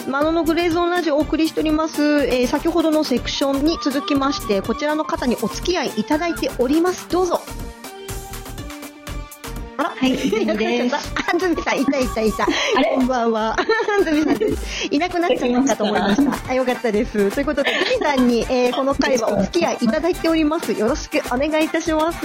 マノのグレーゾーンラジオをお送りしております、先ほどのセクションに続きましてこちらの方にお付き合いいただいております。どうぞ。あら、 はい、ズミです。 ズミさん、いた。 あれ、 こんばんは。ズミさんです。いなくなっちゃったかと思いました。よかったです。ということで、ズミさんに、この回はお付き合いいただいております。よろしくお願いいたします。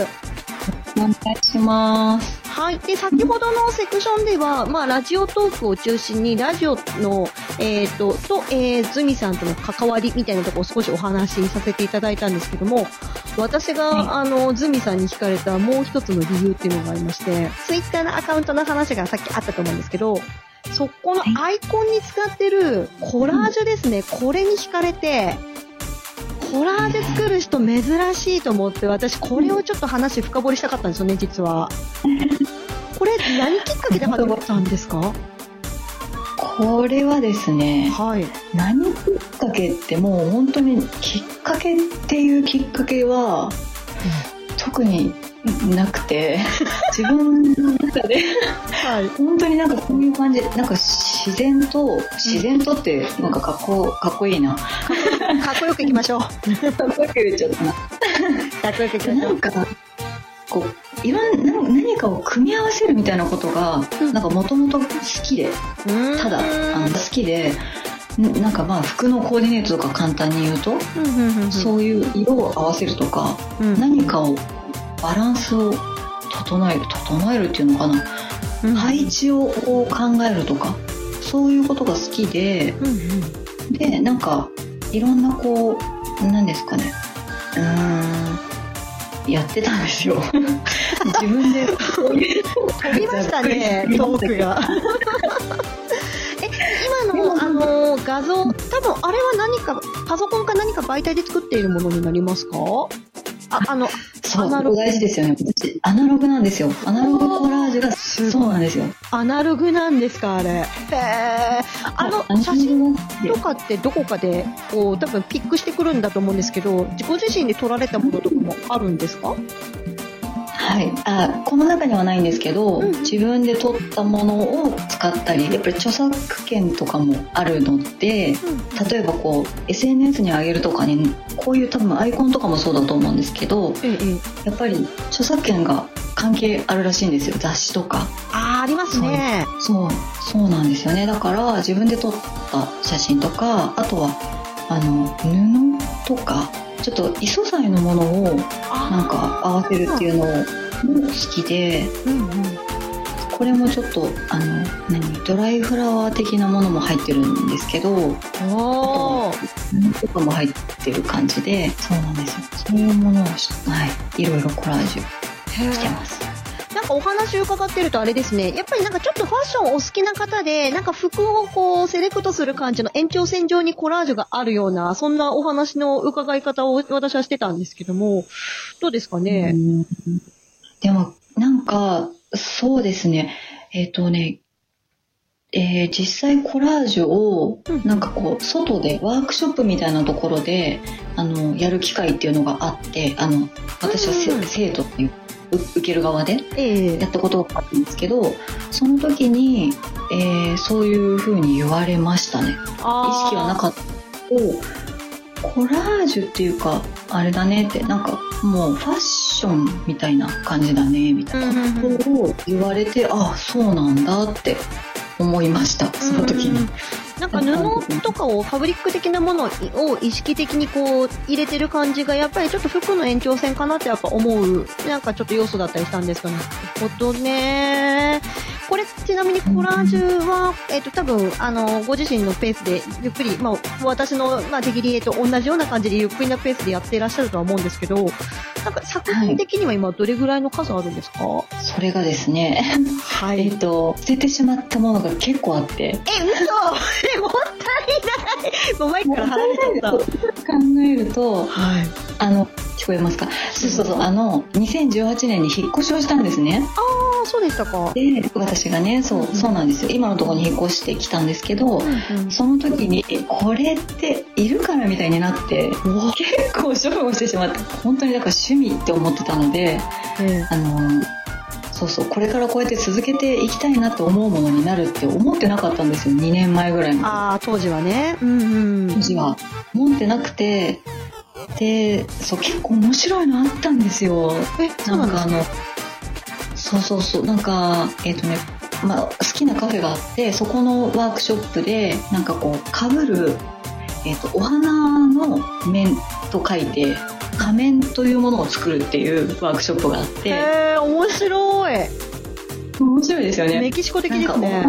お願いします。 はい。で、先ほどのセクションでは、ラジオトークを中心に、ラジオの、ズミさんとの関わりみたいなところを少しお話しさせていただいたんですけども、私が、ズミさんに聞かれたもう一つの理由っていうのがありまして、ツイッターのアカウントの話がさっきあったと思うんですけど、そこのアイコンに使ってるコラージュですね、これに惹かれて、コラージュ作る人珍しいと思って、私これをちょっと話深掘りしたかったんですよね、実は。これ何きっかけで始まったんですか？ これはですね、 はい、 何きっかけってもう本当にきっかけっていうきっかけは、特になくて自分の中ではい、本当になんかこういう感じ、なんか自然とってなんかかっこいいな、かっこよくいきましょうかっこよく言っちゃったなかっこよくいきましょう。なんかこう何かを組み合わせるみたいなことがなんかもともと好きで、ただ好きで、なんか服のコーディネートとか簡単に言うと、そういう色を合わせるとか、何かをバランスを整えるっていうのかな、配置を考えるとか、そういうことが好きで、でなんかいろんなこう何ですかね、やってたんですよ自分で飛びましたね、トークが今の画像、多分あれは何かパソコンか何か媒体で作っているものになりますか？ そう、大事ですよね。私アナログなんですよ。アナログコラージュがそうなんですよ。 アナログなんですか、あれ。へー。写真とかってどこかでこう多分ピックしてくるんだと思うんですけど、ご自身で撮られたものとかもあるんですか？ はい、この中にはないんですけど、自分で撮ったものを使ったり、やっぱり著作権とかもあるので、例えばこう SNS に上げるとかにこういう多分アイコンとかもそうだと思うんですけど、やっぱり著作権が関係あるらしいんですよ、雑誌とか。 ありますね。 そうなんですよね。だから自分で撮った写真とか、あとは布とかちょっと異素材のものをなんか合わせるっていうのも好きで、これもちょっとドライフラワー的なものも入ってるんですけど、あととかも入ってる感じで、そうなんですよ。そういうものをいろいろコラージュしてます。 なんかお話を伺ってるとあれですね、やっぱりなんかちょっとファッションお好きな方で、なんか服をこうセレクトする感じの延長線上にコラージュがあるような、そんなお話の伺い方を私はしてたんですけども、どうですかね？ でもなんかそうですね、実際コラージュをなんかこう外でワークショップみたいなところでやる機会っていうのがあって、私は生徒っていう受ける側でやったことがあったんですけど、その時に、そういう風に言われましたね。意識はなかったけど、コラージュっていうかあれだねって、なんかもうファッションみたいな感じだねみたいなことを言われて、そうなんだって思いました、その時に。 なんか布とかをファブリック的なものを意識的にこう入れてる感じがやっぱりちょっと服の延長線かなってやっぱ思う、なんかちょっと要素だったりしたんですかね。なるほどね。これちなみにコラージュは、多分ご自身のペースでゆっくり、私の、手切り絵と同じような感じでゆっくりなペースでやっていらっしゃるとは思うんですけど、なんか作品的には今どれぐらいの数あるんですか？ それがですね、 はい、 捨ててしまったものが結構あって。 嘘もったいない。もう前から離れちゃった。考えると、聞こえますか？そう、2018年に引っ越しをしたんですね。 そうでしたか。 で、私がね、そうなんですよ。今のところに引っ越してきたんですけど、その時にこれっているからみたいになって、結構処分をしてしまって、本当にだから趣味って思ってたので、 そうそう、これからこうやって続けていきたいなと思うものになるって思ってなかったんですよ、2年前ぐらいまで。当時はね。 当時は思ってなくて、でそう結構面白いのあったんですよ。なんかそうなんか好きなカフェがあって、そこのワークショップでなんかこうかぶる、お花の面と書いて仮面というものを作るっていうワークショップがあって、 面白い。 面白いですよね。 メキシコ的ですね。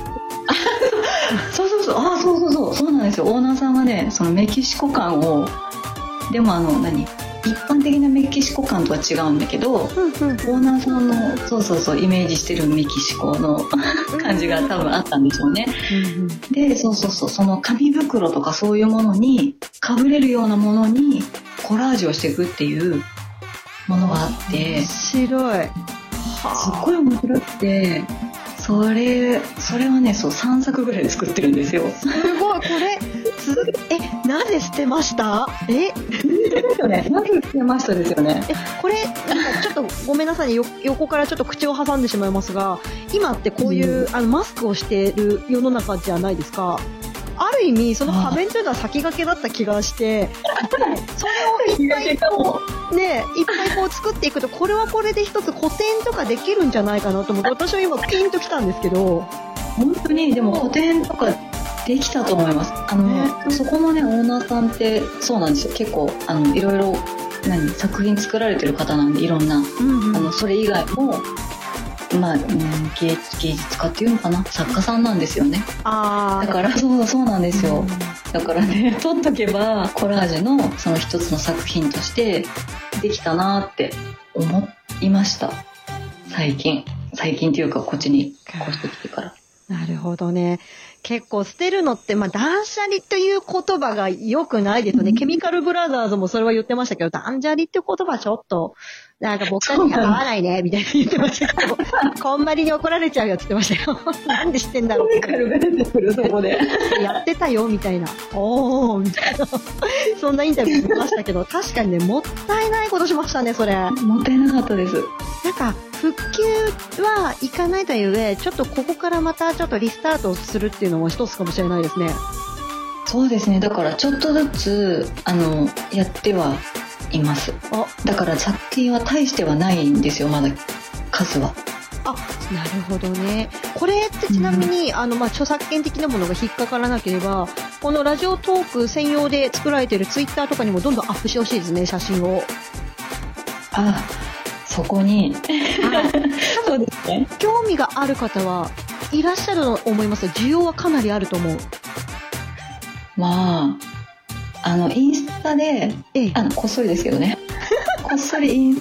そうなんですよ。オーナーさんはね、そのメキシコ感を、でも一般的なメキシコ感とは違うんだけど、オーナーさんのイメージしてるメキシコの感じが多分あったんでしょうね。でその紙袋とかそういうものにかぶれるようなものにコラージュをしていくっていうものがあって、 面白い。 すっごい面白くて、それはね、3作ぐらいで作ってるんですよ。 すごい。これなぜ捨てました？ なぜ捨てましたですよね。 これちょっとごめんなさいね、横からちょっと口を挟んでしまいますが、今ってこういう、マスクをしてる世の中じゃないですか。ある意味その仮面というのは先駆けだった気がして、それをいっぱいこう作っていくと、これはこれで一つ古典とかできるんじゃないかなと思って、私は今ピンときたんですけど。 本当にでも古典とかできたと思います。そこのね、オーナーさんってそうなんですよ。結構いろいろ作品作られてる方なんで、いろんな、それ以外も芸術家っていうのかな、作家さんなんですよね。だからそうなんですよ。だからね、撮っとけばコラージュのその一つの作品としてできたなって思いました。最近っていうか、こっちに越してきてから。 なるほどね。結構捨てるのって、断捨離という言葉が良くないですよね。ケミカルブラザーズもそれは言ってましたけど、断捨離って言葉ちょっとなんか僕たちに合わないねみたいな言ってましたけど、こんまりに怒られちゃうよって言ってましたよ。なんで知ってんだろうって。ケミカルが出てくる、そこでやってたよみたいな、おーみたいな、そんなインタビュー見ましたけど、確かにね、もったいないことしましたね、それ。 もったいなかったです。 なんか復旧はいかないという上、ちょっとここからまたちょっとリスタートするっていうのも一つかもしれないですね。 そうですね。だからちょっとずつやってはいます。だから作品は大してはないんですよ、まだ数は。 なるほどね。これってちなみに、著作権的なものが引っかからなければ、このラジオトーク専用で作られているツイッターとかにもどんどんアップしてほしいですね、写真を。 そこにそうですね。 興味がある方はいらっしゃると思います。需要はかなりあると思う。 インスタで、こっそりですけどね。こっそりイン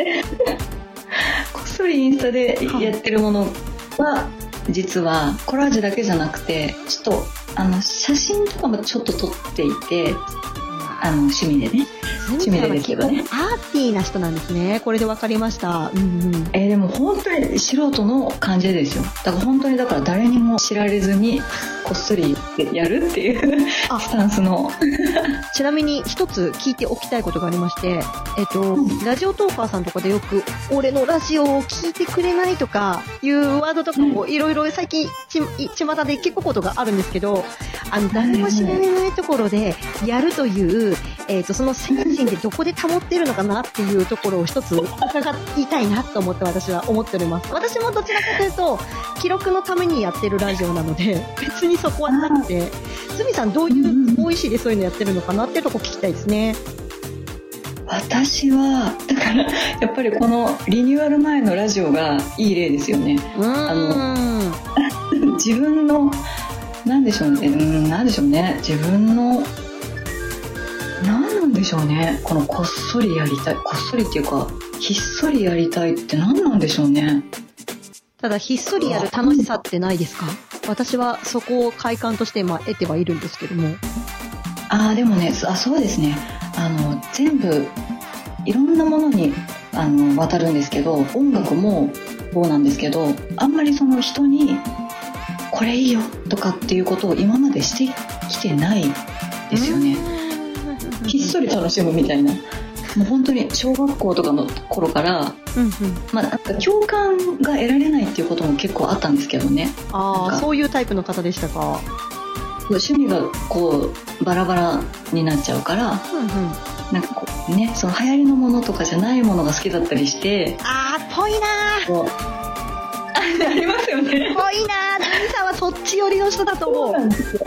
スタでやってるものは、実はコラージュだけじゃなくて、ちょっと写真とかもちょっと撮っていて、趣味でね。趣味でですけどね。 アーティーな人なんですね。これで分かりました。 でも本当に素人の感じですよ。だから本当に誰にも知られずにこっそりやるっていうスタンスの。 ちなみに一つ聞いておきたいことがありまして、ラジオトーカーさんとかでよく俺のラジオを聞いてくれないとかいうワードとかもいろいろ最近巷で聞くことがあるんですけど、誰も知られないところでやるという、その精神でどこで保っているのかなっていうところを一つ伺いたいなと思って、私は思っております。私もどちらかというと記録のためにやってるラジオなので、別にそこはなくて、すみさんどういうご意思でそういうのやってるのかなっていうところ聞きたいですね。 私はだからやっぱりこのリニューアル前のラジオがいい例ですよね。自分のなんでしょうね、自分のなんでしょうね、このこっそりやりたい、こっそりっていうかひっそりやりたいって何なんでしょうね。 ただひっそりやる楽しさってないですか？私はそこを快感として得てはいるんですけども。 でもね、そうですね、全部いろんなものに渡るんですけど、音楽もそうなんですけど、あんまりその人にこれいいよとかっていうことを今までしてきてないですよね。ひっそり楽しむみたいなもう本当に小学校とかの頃から、まあ、なんか共感が得られないっていうことも結構あったんですけどね。 ああ、そういうタイプの方でしたか。 趣味がこうバラバラになっちゃうから、なんかこうね、その流行りのものとかじゃないものが好きだったりして。 あー、ぽいなー。 ありますよね。 ぽいなー。ズミさんはそっち寄りの人だと思う。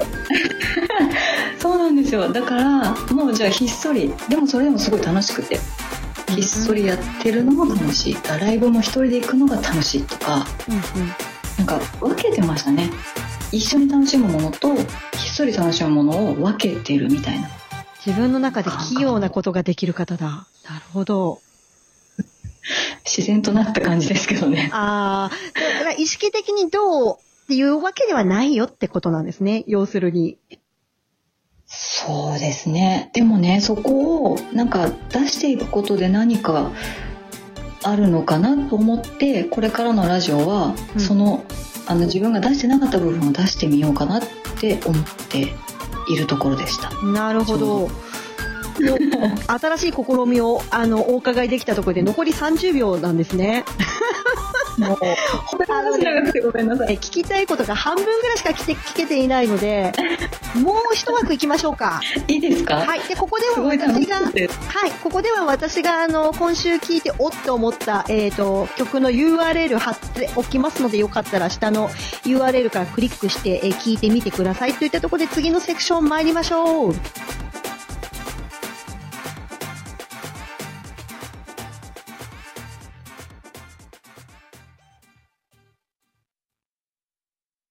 そうなんですよ。だからもうじゃあひっそり、でもそれでもすごい楽しくて、ひっそりやってるのも楽しい、ライブも一人で行くのが楽しいとか、なんか分けてましたね。一緒に楽しむものとひっそり楽しむものを分けてるみたいな。 自分の中で器用なことができる方だ。なるほど。 自然となった感じですけどね。 ああ、だから意識的にどうっていうわけではないよってことなんですね。要するに。 そうですね。でもね、そこをなんか出していくことで何かあるのかなと思って、これからのラジオは、その自分が出してなかった部分を出してみようかなって思っているところでした。 なるほど。新しい試みをお伺いできたところで残り30秒なんですね。 もう長くてごめんなさい。 聞きたいことが半分ぐらいしか聞けていないので、もう一枠いきましょうか。 いいですか？ はい。でここでは私が今週聞いておっと思った曲の URL 貼っておきますので、よかったら下の URL からクリックして聞いてみてくださいといったところで、次のセクション参りましょう。